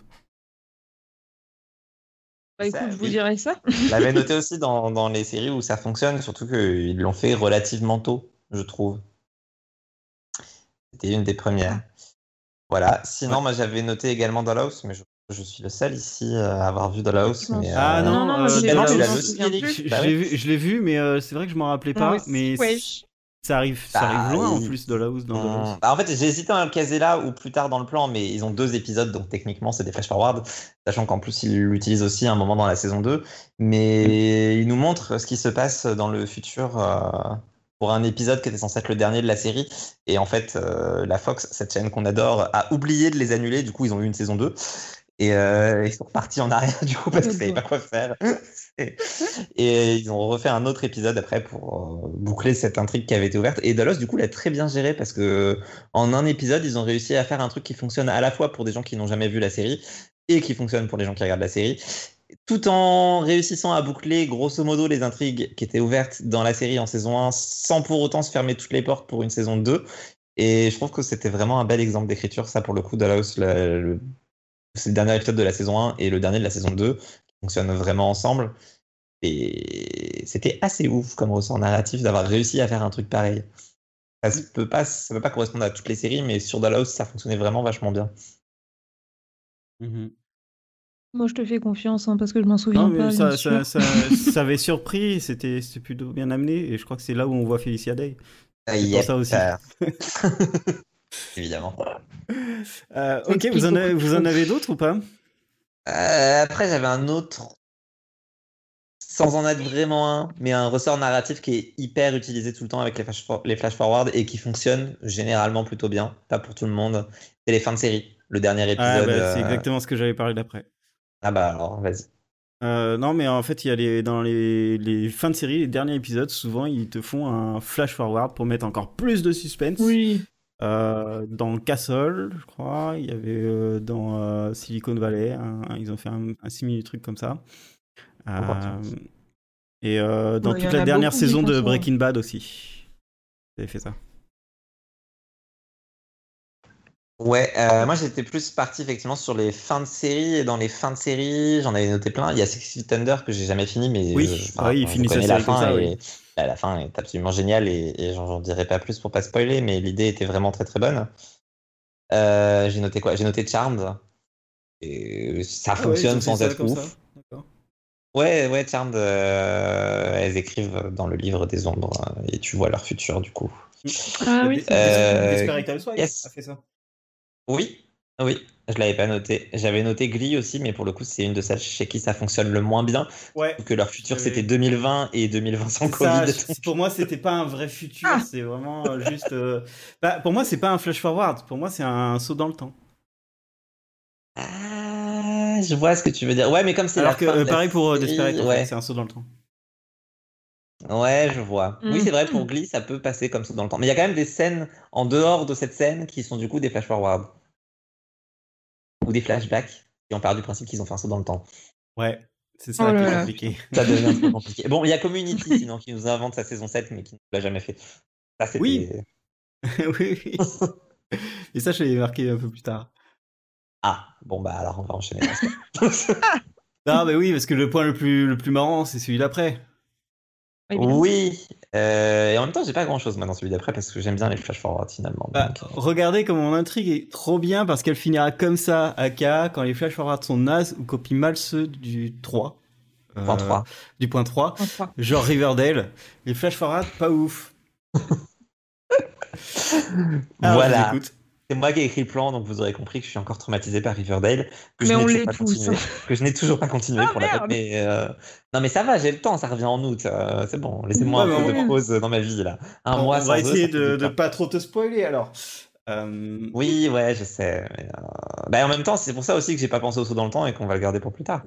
Bah écoute, Ça, je vous oui. dirai ça. Je l'avais noté aussi dans, dans les séries où ça fonctionne, surtout qu'ils l'ont fait relativement tôt, je trouve. C'était une des premières. Voilà. Sinon, Ouais. moi, j'avais noté également Dollhouse, mais je, je suis le seul ici à avoir vu Dollhouse. Mais, Ah euh, non, non, non, moi, euh, je l'ai non, vu, tu je l'as m'en vu souviens aussi, plus. Je, Bah je l'ai oui. vu, je l'ai vu, mais euh, c'est vrai que je m'en rappelais pas. Moi aussi, mais wesh. ça arrive, ça Bah, arrive loin en il- plus de la hausse dans Hum, Dollhouse. bah, en fait, j'ai hésité à le caser là ou plus tard dans le plan, mais ils ont deux épisodes, donc techniquement, c'est des flash forward, sachant qu'en plus, ils l'utilisent aussi à un moment dans la saison deux. Mais ils nous montrent ce qui se passe dans le futur euh, pour un épisode qui était censé être le dernier de la série. Et en fait, euh, la Fox, cette chaîne qu'on adore, a oublié de les annuler. Du coup, ils ont eu une saison deux. Et euh, ils sont repartis en arrière, du coup, parce qu'ils savaient pas quoi faire. Et, et ils ont refait un autre épisode après pour euh, boucler cette intrigue qui avait été ouverte. Et Dallas, du coup, l'a très bien géré parce que en un épisode, ils ont réussi à faire un truc qui fonctionne à la fois pour des gens qui n'ont jamais vu la série et qui fonctionne pour les gens qui regardent la série, tout en réussissant à boucler grosso modo les intrigues qui étaient ouvertes dans la série en saison un sans pour autant se fermer toutes les portes pour une saison deux. Et je trouve que c'était vraiment un bel exemple d'écriture, ça pour le coup, Dallas, le, le, c'est le dernier épisode de la saison un et le dernier de la saison deux qui fonctionnent vraiment ensemble. Et c'était assez ouf comme ressort narratif d'avoir réussi à faire un truc pareil. Ça ne peut pas, ça peut pas correspondre à toutes les séries, mais sur Dallas, ça fonctionnait vraiment vachement bien. Mhm. Moi, je te fais confiance hein, parce que je m'en souviens Non, mais pas. ça, bien ça, sûr. ça, ça avait surpris, c'était c'était plutôt bien amené, et je crois que c'est là où on voit Felicia Day. Euh, C'est pour yep, ça aussi. euh, évidemment. Euh, Ça ok, explique vous en, beaucoup avez, de vous en choses. avez d'autres ou pas? Euh, après, j'avais un autre, sans en être vraiment un, mais un ressort narratif qui est hyper utilisé tout le temps avec les flash, for- les flash forward et qui fonctionne généralement plutôt bien, pas pour tout le monde. C'est les fins de série. Le dernier Ah, épisode. bah, c'est euh, exactement ce que j'avais parlé d'après. Ah bah alors, vas-y. Euh, non, mais en fait, il y a les, dans les, les fins de série, les derniers épisodes, souvent, ils te font un flash forward pour mettre encore plus de suspense. Oui. Euh, dans Castle, je crois, il y avait euh, dans euh, Silicon Valley, un- un- ils ont fait un, un simili truc comme ça. Euh, et euh, dans Ouais, il y toute en la a dernière beaucoup qui saison font de ça. Breaking Bad aussi, ils avaient fait ça. Ouais, euh, moi j'étais plus parti effectivement sur les fins de série et dans les fins de série, j'en avais noté plein. Il y a Six Feet Under que j'ai jamais fini, mais Oui, je, bah oui, il enfin, je finit sa connais la série comme fin ça, et oui. bah, la fin est absolument géniale et, et j'en j'en dirai pas plus pour pas spoiler, mais l'idée était vraiment très très bonne. Euh, j'ai noté quoi? J'ai noté Charmed. Et ça Ah ouais, ils ont fonctionne fait sans ça être comme ça. ouf. D'accord. Ouais, ouais, Charmed, euh, elles écrivent dans le livre des ombres euh, et tu vois leur futur du coup. Ah Et oui, Des- c'est vrai. Euh, Desperate Housewives a yes. fait ça. Oui, oui, je l'avais pas noté. J'avais noté Glee aussi, mais pour le coup, c'est une de celles chez qui ça fonctionne le moins bien. Ouais. Que leur futur J'avais- c'était deux mille vingt et deux mille vingt sans C'est ça, Covid. je- pour moi, c'était pas un vrai futur, Ah c'est vraiment euh, juste. euh, bah, pour moi, c'est pas un flash forward, pour moi, c'est un saut dans le temps. Ah, je vois ce que tu veux dire. Ouais, mais comme c'est la Alors que, fin euh, de la pareil pour euh, série, Desperate, en fait, ouais. c'est un saut dans le temps. Ouais, je vois. Oui, c'est vrai, pour Mhm. Glee, ça peut passer comme ça dans le temps. Mais il y a quand même des scènes en dehors de cette scène qui sont du coup des flash forward ou des flashbacks qui ont perdu du principe qu'ils ont fait un saut dans le temps. Ouais, c'est Oh ça qui là est là. compliqué. Ça devient trop compliqué. Bon, il y a Community sinon qui nous invente sa saison sept mais qui ne l'a jamais fait. Ça, Oui, c'était. oui, oui. Et ça, je l'ai marqué un peu plus tard. Ah, bon, bah alors on va enchaîner dans ce cas. Non, mais oui, parce que le point le plus, le plus marrant, c'est celui d'après. Évidemment. Oui, euh, et en même temps, j'ai pas grand chose moi dans celui d'après parce que j'aime bien les flash forward finalement. Bah, donc, euh, regardez comme mon intrigue est trop bien parce qu'elle finira comme ça, aka, quand les flash forwards sont nazes ou copient mal ceux du trois. euh, point trois. Du point trois. Point trois. Genre Riverdale. Les flash forwards, pas ouf. Alors, je vous Voilà. écoute. C'est moi qui ai écrit le plan, donc vous aurez compris que je suis encore traumatisé par Riverdale, que je Mais n'ai on toujours l'est pas tous. continué, que je n'ai toujours pas continué Ah pour la peine. merde. Mais euh, non, mais ça va, j'ai le temps, ça revient en août, euh, c'est bon. Laissez-moi Ouais, un mais peu on- de pause dans ma vie là. Un On, mois on sans va eux, essayer ça fait de, du de bien. pas trop te spoiler alors. Euh, Oui, ouais, je sais. Mais, euh, bah, en même temps, c'est pour ça aussi que j'ai pas pensé au saut dans le temps et qu'on va le garder pour plus tard.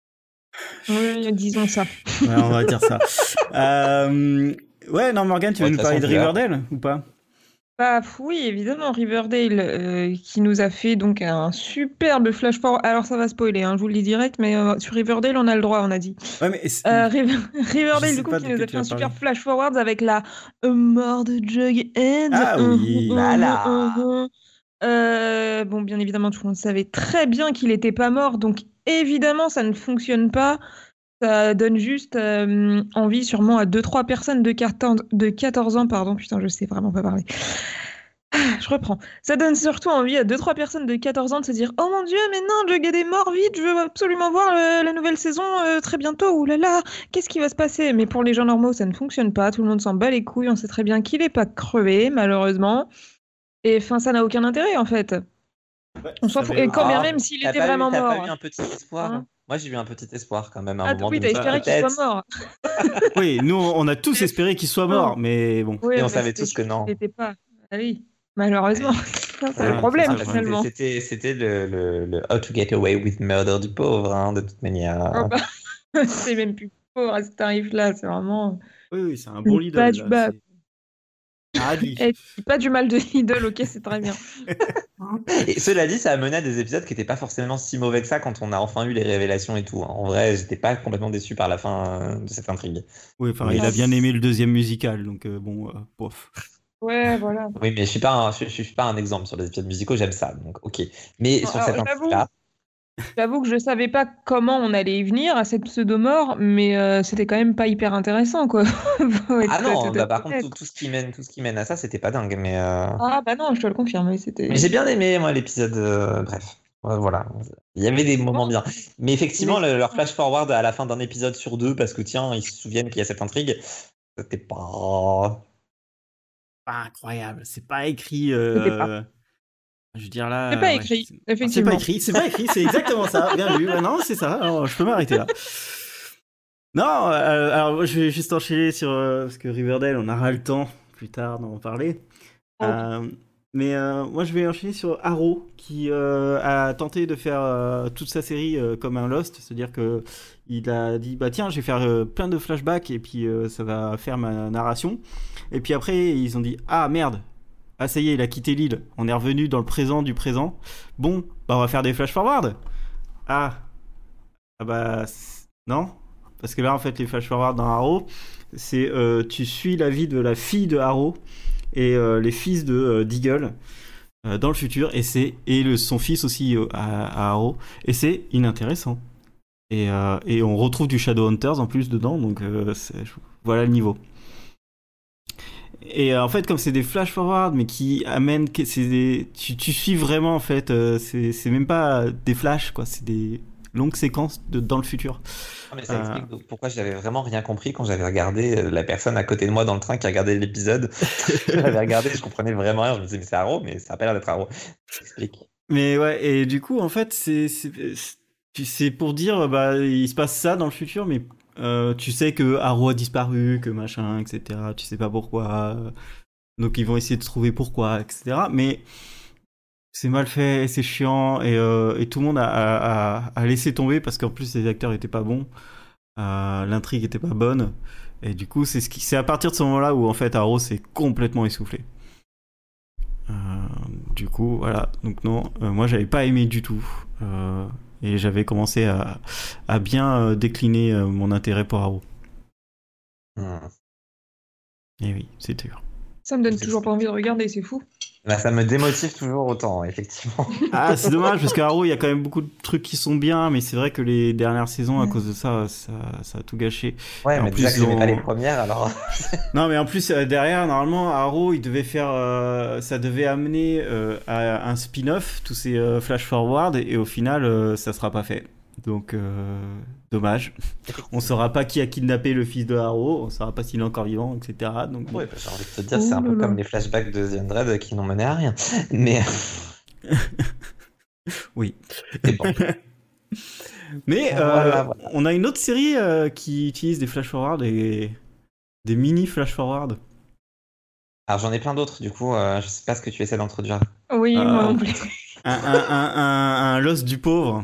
Oui, disons ça. Ouais, on va dire ça. Euh, Ouais, non, Morgane, tu Ouais, veux de nous toute parler façon, de je l'ai. Riverdale ou pas? Bah oui, évidemment, Riverdale, euh, qui nous a fait donc un superbe flash forward. Alors ça va spoiler, hein, je vous le dis direct, mais euh, sur Riverdale, on a le droit, on a dit. Ouais, mais c'est- Euh, Riv- je Riverdale, sais du coup, pas qui de nous quel a tu fait un vas parler. super flash forward avec la euh, mort de Jughead. Ah Uhum, oui. uhum, Voilà. uhum. Euh, bon, bien évidemment, tout le monde savait très bien qu'il n'était pas mort, donc évidemment, ça ne fonctionne pas. Ça donne juste euh, envie sûrement à deux trois personnes de quatorze, de quatorze ans, pardon, putain, je sais vraiment pas parler. Ah, je reprends. Ça donne surtout envie à deux trois personnes de quatorze ans de se dire oh mon dieu, mais non, Jughead est mort, vite, je veux absolument voir le- la nouvelle saison euh, très bientôt. Ouh là là, qu'est-ce qui va se passer? Mais pour les gens normaux, ça ne fonctionne pas. Tout le monde s'en bat les couilles. On sait très bien qu'il est pas crevé, malheureusement. Et enfin, ça n'a aucun intérêt en fait. Ouais, On ça s'en fout. avait Et quand bien Ah, même s'il t'as était pas eu, vraiment t'as pas mort. eu un petit espoir? Hein. Moi, j'ai eu un petit espoir quand même à un Ah moment oui, de t'as me dire espéré qu'il soit peut-être. mort. Oui, nous, on a tous espéré qu'il soit mort, mais bon. Oui, Et on mais savait c'était tous que sûr non. qu'il n'était pas. Ah oui, malheureusement. Ouais. C'est le Ah, problème c'est ça, Ah, le bah, problème. finalement. c'était, c'était, c'était le, le, le How to Get Away with Murder du pauvre, hein, de toute manière. Oh, bah, c'est même plus pauvre à ce tarif-là. C'est vraiment Oui, oui, c'est un bon le bas Lidl, du là. bas. C'est un radis. Eh, dis pas du mal de Lidl, ok, c'est très bien. Et cela dit, ça a mené à des épisodes qui n'étaient pas forcément si mauvais que ça quand on a enfin eu les révélations et tout, hein. En vrai, j'étais pas complètement déçu par la fin euh, de cette intrigue. Oui, enfin, Mais il a Ah. bien aimé le deuxième musical, donc euh, bon, euh, bof. Ouais, voilà. Oui, mais je suis pas un, je, je suis pas un exemple sur les épisodes musicaux, j'aime ça, donc ok. Mais sur Alors, cette j'avoue, intrigue-là, j'avoue que je savais pas comment on allait y venir à cette pseudo-mort, mais euh, c'était quand même pas hyper intéressant, quoi. Faut être ah non, tout bah, à par fait contre, tout, honnête. tout ce qui mène, tout ce qui mène à ça, c'était pas dingue, mais, euh, Ah bah non, je te le confirme, oui, mais c'était... j'ai bien aimé moi l'épisode. euh, Bref. Ouais, voilà, il y avait des moments bien. Mais effectivement, le- leur flash forward à la fin d'un épisode sur deux, parce que tiens, ils se souviennent qu'il y a cette intrigue, c'était pas. Pas incroyable. C'est pas écrit. C'était euh, Je veux dire là. C'est pas ouais, écrit, c'est- effectivement. C'est pas écrit, c'est pas écrit, c'est exactement ça. Bien vu. Ouais, non, c'est ça. Alors, je peux m'arrêter là. Non, euh, alors moi, je vais juste enchaîner sur euh, parce que Riverdale, on aura le temps plus tard d'en parler. Ok. Euh, mais euh, moi, je vais enchaîner sur Arrow qui euh, a tenté de faire euh, toute sa série euh, comme un Lost, c'est-à-dire que il a dit bah tiens, je vais faire euh, plein de flashbacks et puis euh, ça va faire ma narration. Et puis après, ils ont dit ah merde. Ah ça y est, il a quitté l'île. On est revenu dans le présent du présent. Bon, bah on va faire des flash forward. Ah, ah bah c'est- non, parce que là en fait les flash forward dans Arrow, c'est euh, tu suis la vie de la fille de Arrow et euh, les fils de euh, Deagle euh, dans le futur et c'est et le, son fils aussi euh, à, à Arrow et c'est inintéressant. Et, euh, et on retrouve du Shadowhunters en plus dedans, donc euh, c'est- voilà le niveau. Et euh, en fait, comme c'est des flash forward, mais qui amènent, que- c'est des, tu, tu suis vraiment en fait, euh, c'est, c'est même pas des flashs quoi, c'est des longues séquences de, dans le futur. Ah, mais ça Euh, explique donc pourquoi j'avais vraiment rien compris quand j'avais regardé euh, la personne à côté de moi dans le train qui regardait l'épisode. J'avais regardé, je comprenais vraiment rien. Je me disais, mais c'est Arrow, mais ça a pas l'air d'être Arrow. Ça explique. Mais ouais, et du coup, en fait, c'est, c'est, c'est, c'est pour dire, bah, il se passe ça dans le futur, mais euh, tu sais que Arrow a disparu, que machin, et cetera. Tu sais pas pourquoi. Donc ils vont essayer de trouver pourquoi, et cetera. Mais c'est mal fait, c'est chiant, et, euh, et tout le monde a, a, a- a laissé tomber parce qu'en plus les acteurs étaient pas bons, euh, l'intrigue était pas bonne, et du coup c'est, ce qui, c'est à partir de ce moment-là où en fait Arrow s'est complètement essoufflé. Euh, du coup, voilà. Donc non, euh, moi j'avais pas aimé du tout, euh, et j'avais commencé à, à bien euh, décliner euh, mon intérêt pour Arrow. Hmm. Et oui, c'est dur. Ça me donne C'est- toujours pas envie de regarder, c'est fou. Bah, ça me démotive toujours autant, effectivement. Ah, c'est dommage parce qu'Arrow, il y a quand même beaucoup de trucs qui sont bien, mais c'est vrai que les dernières saisons, à cause de ça, ça, ça a tout gâché. Ouais, Et en mais plus, déjà que j'aimais on- pas les premières, alors. Non, mais en plus, euh, derrière, normalement, Arrow, il devait faire. euh, ça devait amener euh, à un spin-off, tous ces euh, flash-forward, et, et au final, euh, ça sera pas fait. Donc, euh, dommage. On saura pas qui a kidnappé le fils de Arrow, on saura pas s'il est encore vivant, et cetera. Donc, bon. Ouais, bah, j'ai envie de te dire, c'est un Oh peu là comme là. les flashbacks de The Hundred qui n'ont mené à rien. Mais. Oui. C'est bon. Mais euh, Voilà, voilà. on a une autre série euh, qui utilise des flash-forward et des mini flash-forward. Alors j'en ai plein d'autres, du coup, euh, je sais pas ce que tu essaies d'introduire. Oui, Euh, moi non plus. Un, un, un, un, un Lost du pauvre.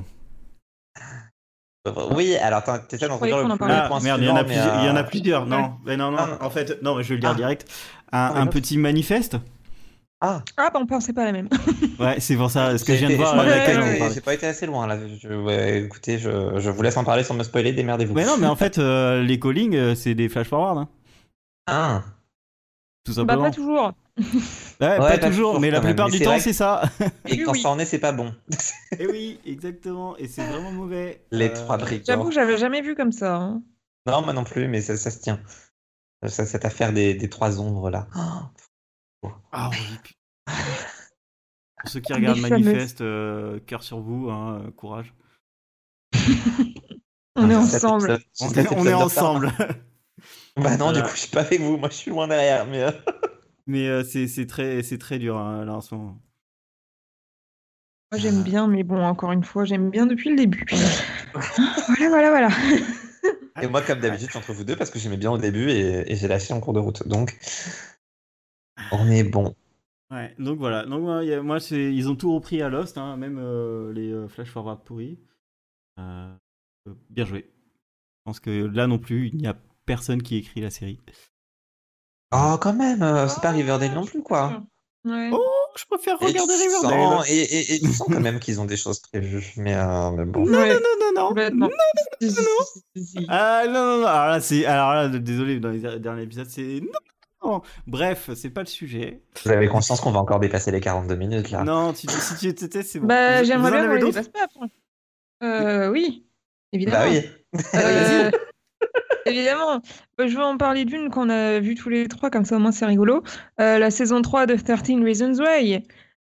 Euh, Oui, alors t'en- t'essaies d'introduire croyais qu'on le en plus parlait. Ah point merde, il y en a suivant, mais, plusieurs. Il y en a euh, plusieurs. Non, mais non, non. Ah, non. En fait, non, mais je vais le dire Ah. direct. Un, Ah, mais un non. petit manifeste. Ah, Ah, bah on pensait pas la même. Ouais, c'est pour ça. Ce que j'ai je viens de été- voir, j'ai à pas laquelle été- on parle. j'ai pas été assez loin là. Je- ouais, écoutez, je, je vous laisse en parler sans me spoiler, démerdez-vous. Mais non, mais en fait, euh, les callings, euh, c'est des flash forward, hein, Ah, tout Bah, simplement. pas toujours. Ouais, Ouais, pas pas toujours, toujours, mais la quand même. plupart Mais du c'est temps, vrai c'est ça. et Oui, quand oui. ça en est, c'est pas bon. Et oui, exactement. Et c'est vraiment mauvais. Les Euh, trois briques. J'avoue d'or. que j'avais jamais vu comme ça. hein. Non, moi non plus, mais ça, ça se tient. Ça, cette affaire des, des trois ombres là. Oh. Ah oui, putain. Pour ceux qui regardent Les Manifeste, euh, cœur sur vous, hein, euh, courage. On est Ah, cet ensemble. épisode- On cet est, épisode on est de retard. ensemble. Bah non, Voilà. du coup, je suis pas avec vous. Moi, je suis loin derrière. Mais euh, Mais euh, c'est, c'est très, c'est très dur hein, là en ce moment. Moi j'aime bien, mais bon, encore une fois, j'aime bien depuis le début. Voilà, voilà, voilà. Et moi, comme d'habitude, je suis entre vous deux parce que j'aimais bien au début et, et j'ai lâché en cours de route. Donc, on est bon. Ouais, donc voilà. Donc moi, y a- moi c'est, ils ont tout repris à Lost, hein, même euh, les euh, flash forward pourris. Euh, euh, bien joué. Je pense que là non plus, il n'y a personne qui écrit la série. Oh, quand même, euh, c'est pas Riverdale non plus, quoi. Ouais. Oh, je préfère Et regarder tu Riverdale. sens- Et, et, et tu sens quand même qu'ils ont des choses prévues. Mais, euh, mais bon. Ouais, Non, non, non. complètement. Si, si, si, si, si. Ah non, non, non. Alors là, c'est, alors là, désolé, dans les derniers épisodes, c'est non. non. Bref, c'est pas le sujet. Vous avez conscience qu'on va encore dépasser les quarante-deux minutes, là. Non, tu, si tu étais, c'est bon. Bah, Vous- j'aimerais vous en bien qu'on avez les d'autres dépasse pas après. Euh, oui, évidemment. Bah oui. Euh, évidemment. Bah, je vais en parler d'une qu'on a vue tous les trois, comme ça au moins c'est rigolo. Euh, la saison trois de thirteen Reasons Why.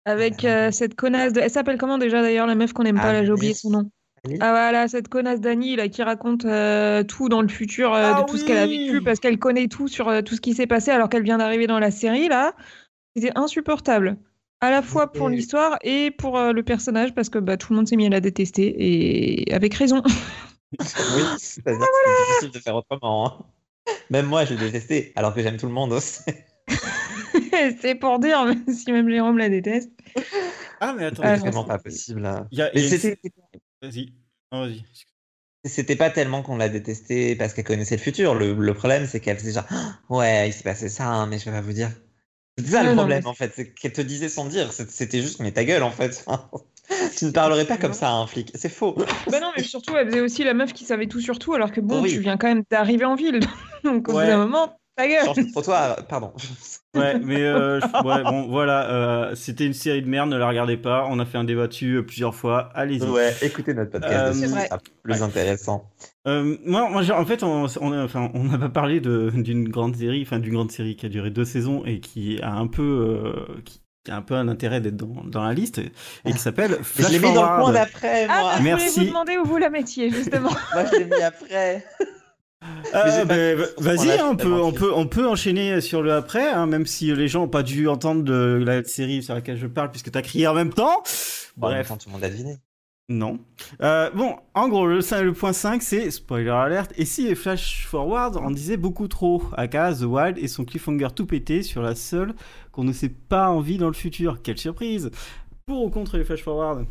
Avec euh, cette connasse de... Elle s'appelle comment déjà d'ailleurs, la meuf qu'on aime pas, là, j'ai oublié son nom. Annie. Ah voilà, cette connasse d'Annie là, qui raconte euh, tout dans le futur euh, de Ah tout ce qu'elle a oui. vécu parce qu'elle connaît tout sur euh, tout ce qui s'est passé alors qu'elle vient d'arriver dans la série là. C'était insupportable. À la fois pour Et- l'histoire et pour euh, le personnage parce que bah, tout le monde s'est mis à la détester et avec raison. Oui, c'est-à-dire que c'est difficile de faire autrement. Hein. Même moi, je l'ai détesté, alors que j'aime tout le monde aussi. C'est pour dire, même si même Jérôme la déteste. Ah, mais attends, C'est Ah mais non, vraiment c'est- pas possible. Hein. il y a, il Mais y a une- c'était Vas-y. Non, vas-y. c'était pas tellement qu'on l'a détesté parce qu'elle connaissait le futur. Le, le problème, c'est qu'elle faisait genre, Ah, ouais, il s'est passé ça, hein, mais je vais pas vous dire. C'est ça Ouais, le non, mais problème, en fait, c'est qu'elle te disait sans dire. C'est- C'était juste, mais ta gueule, en fait. Tu ne parlerais pas comme ça à un flic. C'est faux. bah non, mais surtout, elle faisait aussi la meuf qui savait tout sur tout, alors que bon, tu Oui, viens quand même d'arriver en ville. Donc au bout d'un Ouais, moment, ta gueule. change de trottoir, pardon. ouais, mais euh, je- ouais, bon, voilà, euh, c'était une série de merde, ne la regardez pas. On a fait un débat dessus euh, plusieurs fois. Allez-y. Ouais, écoutez notre podcast Euh, dessus, C'est ce vrai. sera plus Ouais. intéressant. Euh, moi, moi, j'ai- en fait, on, on a, enfin, on n'a pas parlé de- d'une grande série, enfin, d'une grande série qui a duré deux saisons et qui a un peu, euh, qui qui a un peu un intérêt d'être dans, dans la liste et qui s'appelle Mais je Flash l'ai mis dans le coin Forward. d'après, Ah, moi. bah, je voulais Merci. vous demander où vous la mettiez, justement. Moi, je l'ai mis après. Euh, Mais j'ai pas ben, vu sur ce vas-y, point-là, je suis on peut, tellement on triste. peut, on peut enchaîner sur le après, hein, même si les gens n'ont pas dû entendre de la série sur laquelle je parle puisque t'as crié en même temps. Bon, en même Bref. temps, tout le monde a deviné. Non. Euh, bon, en gros, le, cin- le point cinq, c'est spoiler alert. Et si les Flash Forward en disaient beaucoup trop, aka The Wild et son cliffhanger tout pété sur la seule qu'on ne sait pas envie dans le futur. Quelle surprise! Pour ou contre les Flash Forward?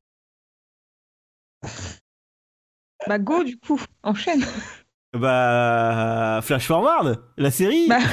Bah go, du coup, enchaîne. Bah, Flash Forward, la série. Bah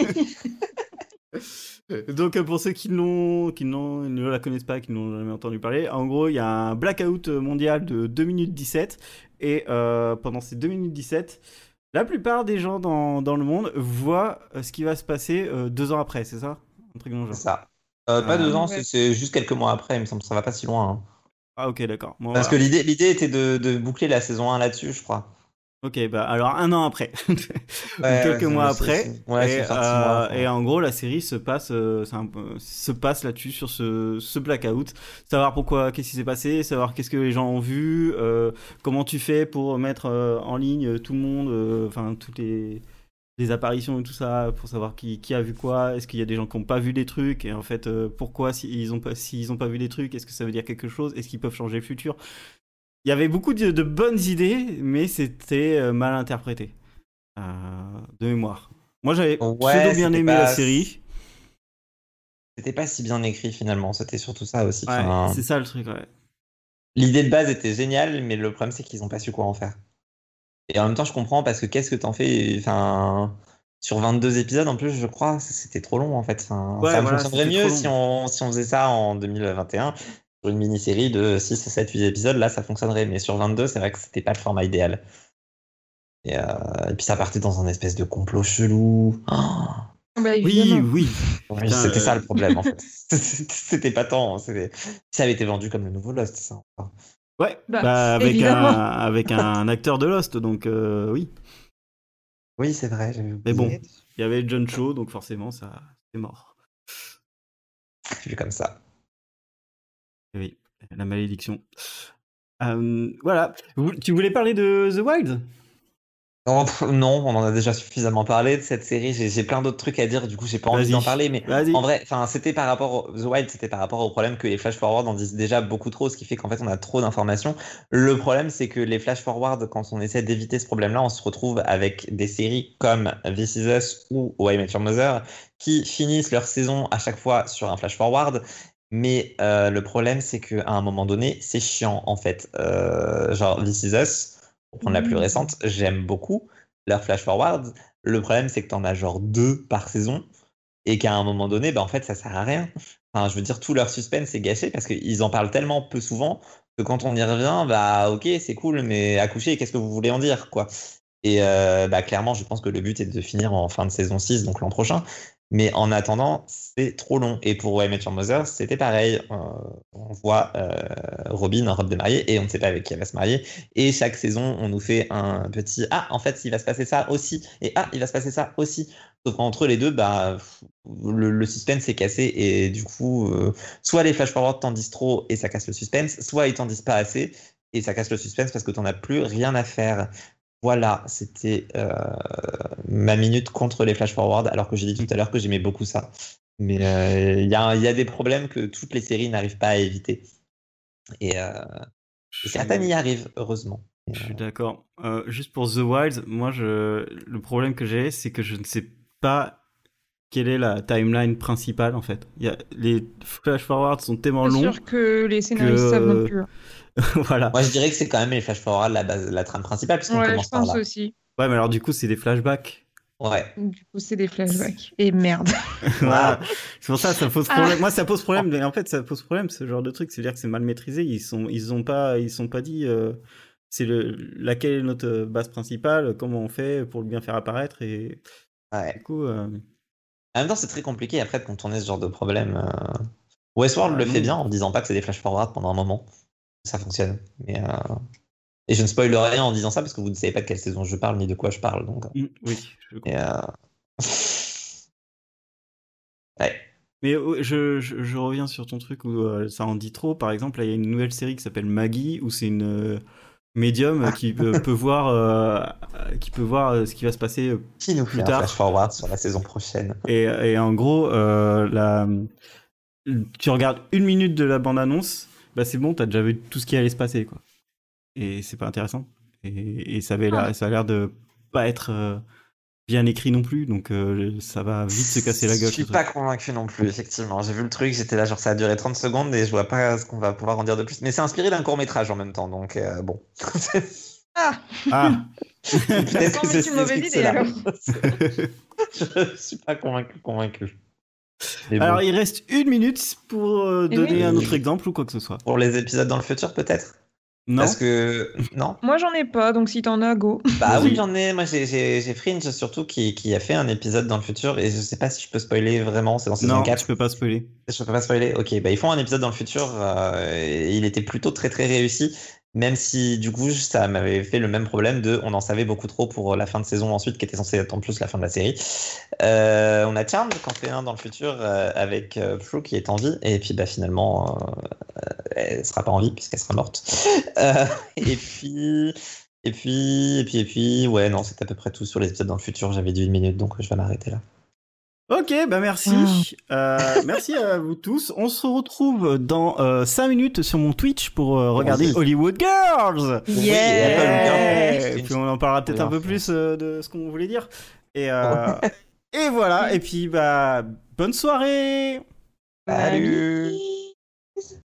Donc euh, pour ceux qui, n'ont, qui n'ont, ne la connaissent pas, qui n'ont jamais entendu parler, en gros il y a un blackout mondial de deux minutes dix-sept et euh, pendant ces deux minutes dix-sept, la plupart des gens dans, dans le monde voient euh, ce qui va se passer euh, deux ans après, c'est ça? Un truc dans le C'est genre. ça. Euh, pas Ah, deux ans, ouais. c'est- c'est juste quelques mois après, il me semble, ça va pas si loin. Hein. Ah ok d'accord. Bon, Parce voilà. que l'idée, l'idée était de, de boucler la saison un là-dessus, je crois. Ok, bah alors un an après, ou Ouais, quelques ouais, mois c'est- après, c'est- ouais, et, c'est sorti euh, mois, enfin. et en gros la série se passe, euh, c'est un peu- se passe là-dessus sur ce, ce blackout, savoir pourquoi, qu'est-ce qui s'est passé, savoir qu'est-ce que les gens ont vu, euh, comment tu fais pour mettre euh, en ligne euh, tout le monde, euh, enfin toutes les, les apparitions et tout ça, pour savoir qui, qui a vu quoi, est-ce qu'il y a des gens qui n'ont pas vu des trucs, et en fait euh, pourquoi s'ils ont pas, s'ils ont pas vu des trucs, est-ce que ça veut dire quelque chose, est-ce qu'ils peuvent changer le futur? Il y avait beaucoup de, de bonnes idées, mais c'était euh, mal interprété. Euh, de mémoire. Moi, j'avais Ouais, pseudo bien c'était aimé pas- la série. C'était pas si bien écrit finalement, c'était surtout ça aussi. Ouais, Enfin, c'est ça le truc, ouais. l'idée de base était géniale, mais le problème c'est qu'ils ont pas su quoi en faire. Et en même temps, je comprends parce que qu'est-ce que t'en fais enfin, sur vingt-deux épisodes en plus, je crois, c- c'était trop long en fait. Enfin, Ouais, ça voilà, fonctionnerait c'était mieux trop si long. on, si on faisait ça en deux mille vingt et un. Sur une mini-série de six, sept, huit épisodes, là ça fonctionnerait. Mais sur vingt-deux, c'est vrai que c'était pas le format idéal. Et, euh, et puis ça partait dans un espèce de complot chelou. Oh, Bah, Oui, évidemment. oui. oui, Putain, c'était euh, ça le problème en fait. C'était pas tant. c'était- Ça avait été vendu comme le nouveau Lost, ça. Ouais, Bah, bah, avec, un, évidemment. avec un acteur de Lost, donc euh, oui. Oui, c'est vrai, j'avais Mais bon, oublié. il y avait John Cho, donc forcément, ça c'est mort. Vu comme ça. Et oui, la malédiction. Euh, voilà. Vous- Tu voulais parler de The Wild? Non, pff, non, on en a déjà suffisamment parlé de cette série. J'ai j'ai plein d'autres trucs à dire, du coup, j'ai pas envie Vas-y. d'en parler. Mais Vas-y. en vrai, enfin, c'était par rapport au- The Wild, c'était par rapport au problème que les flash forward en disent déjà beaucoup trop, ce qui fait qu'en fait, on a trop d'informations. Le problème, c'est que les flash forward, quand on essaie d'éviter ce problème-là, on se retrouve avec des séries comme This Is Us ou How I Met Your Mother qui finissent leur saison à chaque fois sur un flash forward. Mais euh, le problème, c'est qu'à un moment donné, c'est chiant en fait. Euh, genre This Is Us, pour prendre la plus Mmh. récente, j'aime beaucoup leur flash forward. Le problème, c'est que t'en as genre deux par saison et qu'à un moment donné, bah, en fait, ça sert à rien. Enfin, je veux dire, tout leur suspense est gâché parce qu'ils en parlent tellement peu souvent que quand on y revient, bah ok, c'est cool, mais accoucher, qu'est-ce que vous voulez en dire, quoi? Et euh, bah, clairement, je pense que le but est de finir en fin de saison six, donc l'an prochain. Mais en attendant, c'est trop long. Et pour How I Met Your Mother, c'était pareil. Euh, on voit euh, Robin en robe de mariée et on ne sait pas avec qui elle va se marier. Et chaque saison, on nous fait un petit « Ah, en fait, il va se passer ça aussi. Et ah, il va se passer ça aussi. » Sauf qu'entre les deux, bah, le, le suspense est cassé et du coup, euh, soit les flash forward t'en disent trop et ça casse le suspense, soit ils t'en disent pas assez et ça casse le suspense parce que t'en as plus rien à faire. Voilà, c'était euh, ma minute contre les flash forward, alors que j'ai dit tout à l'heure que j'aimais beaucoup ça. Mais il euh, y, y a des problèmes que toutes les séries n'arrivent pas à éviter. Et, euh, et certaines y arrivent, heureusement. Je suis d'accord. Euh, juste pour The Wilds, moi, je... le problème que j'ai, c'est que je ne sais pas quelle est la timeline principale, en fait. Il y a... Les flash forwards sont tellement longs. C'est sûr que les scénaristes que... savent non plus. Voilà. Moi, je dirais que c'est quand même les flash forwards la base, la trame principale, puisqu'on ouais, commence par là. je pense aussi. Ouais, mais alors du coup, c'est des flashbacks. Ouais. Du coup, c'est des flashbacks. Et merde. Voilà. C'est pour ça, ça pose problème. Ah. Moi, ça pose problème. Mais en fait, ça pose problème, ce genre de truc. C'est-à-dire que c'est mal maîtrisé. Ils sont, ils ont pas, ils sont pas dit. Euh... C'est le, laquelle est notre base principale, comment on fait pour le bien faire apparaître et ouais. Du coup, euh... en même temps, c'est très compliqué après de contourner ce genre de problème. Euh... Westworld ah, le non. fait bien en disant pas que c'est des flash forward pendant un moment. Ça fonctionne. Mais euh... Et je ne spoil rien en disant ça parce que vous ne savez pas de quelle saison je parle ni de quoi je parle. Donc... Mmh, oui. Je et euh... ouais. Mais je, je, je reviens sur ton truc où euh, ça en dit trop. Par exemple, il y a une nouvelle série qui s'appelle Maggie où c'est une euh, médium ah. qui peut, peut voir, euh, qui peut voir euh, ce qui va se passer euh, qui nous plus fait tard. Un flash forward sur la saison prochaine. Et, et en gros, euh, la... tu regardes une minute de la bande-annonce, bah c'est bon, t'as déjà vu tout ce qui allait se passer, quoi. Et c'est pas intéressant. Et, et ça, avait l'air, ça a l'air de pas être euh, bien écrit non plus, donc euh, ça va vite se casser la gueule. Je suis pas convaincu non plus, effectivement. J'ai vu le truc, j'étais là, genre ça a duré trente secondes et je vois pas ce qu'on va pouvoir en dire de plus. Mais c'est inspiré d'un court-métrage en même temps, donc euh, bon. ah Ah Peut-être que c'est une mauvaise idée alors. Je suis pas convaincu, convaincu. Mais alors bon. Il reste une minute pour euh, donner oui. un autre exemple ou quoi que ce soit. Pour les épisodes dans le futur, peut-être. Non. Parce que non. Moi j'en ai pas, donc si t'en as, go. Bah oui, j'en ai. Moi j'ai, j'ai, j'ai Fringe surtout qui, qui a fait un épisode dans le futur et je sais pas si je peux spoiler vraiment. C'est dans saison non, quatre. Non, tu peux pas spoiler. Je peux pas spoiler. Ok, bah ils font un épisode dans le futur. Euh, et il était plutôt très très réussi. Même si du coup ça m'avait fait le même problème de on en savait beaucoup trop pour la fin de saison ensuite qui était censée être en plus la fin de la série. Euh, on a Charmed qui en fait un dans le futur euh, avec euh, Prue qui est en vie et puis bah finalement euh, elle sera pas en vie puisqu'elle sera morte. Euh, et puis et puis et puis et puis ouais non c'est à peu près tout sur les épisodes dans le futur. J'avais dit une minute donc je vais m'arrêter là. Ok, bah merci. Wow. Euh, merci à vous tous. On se retrouve dans euh, cinq minutes sur mon Twitch pour euh, regarder oui. Hollywood Girls. Yeah. Et puis on en parlera peut-être un peu plus euh, de ce qu'on voulait dire. Et, euh, et voilà. Et puis bah bonne soirée. Salut.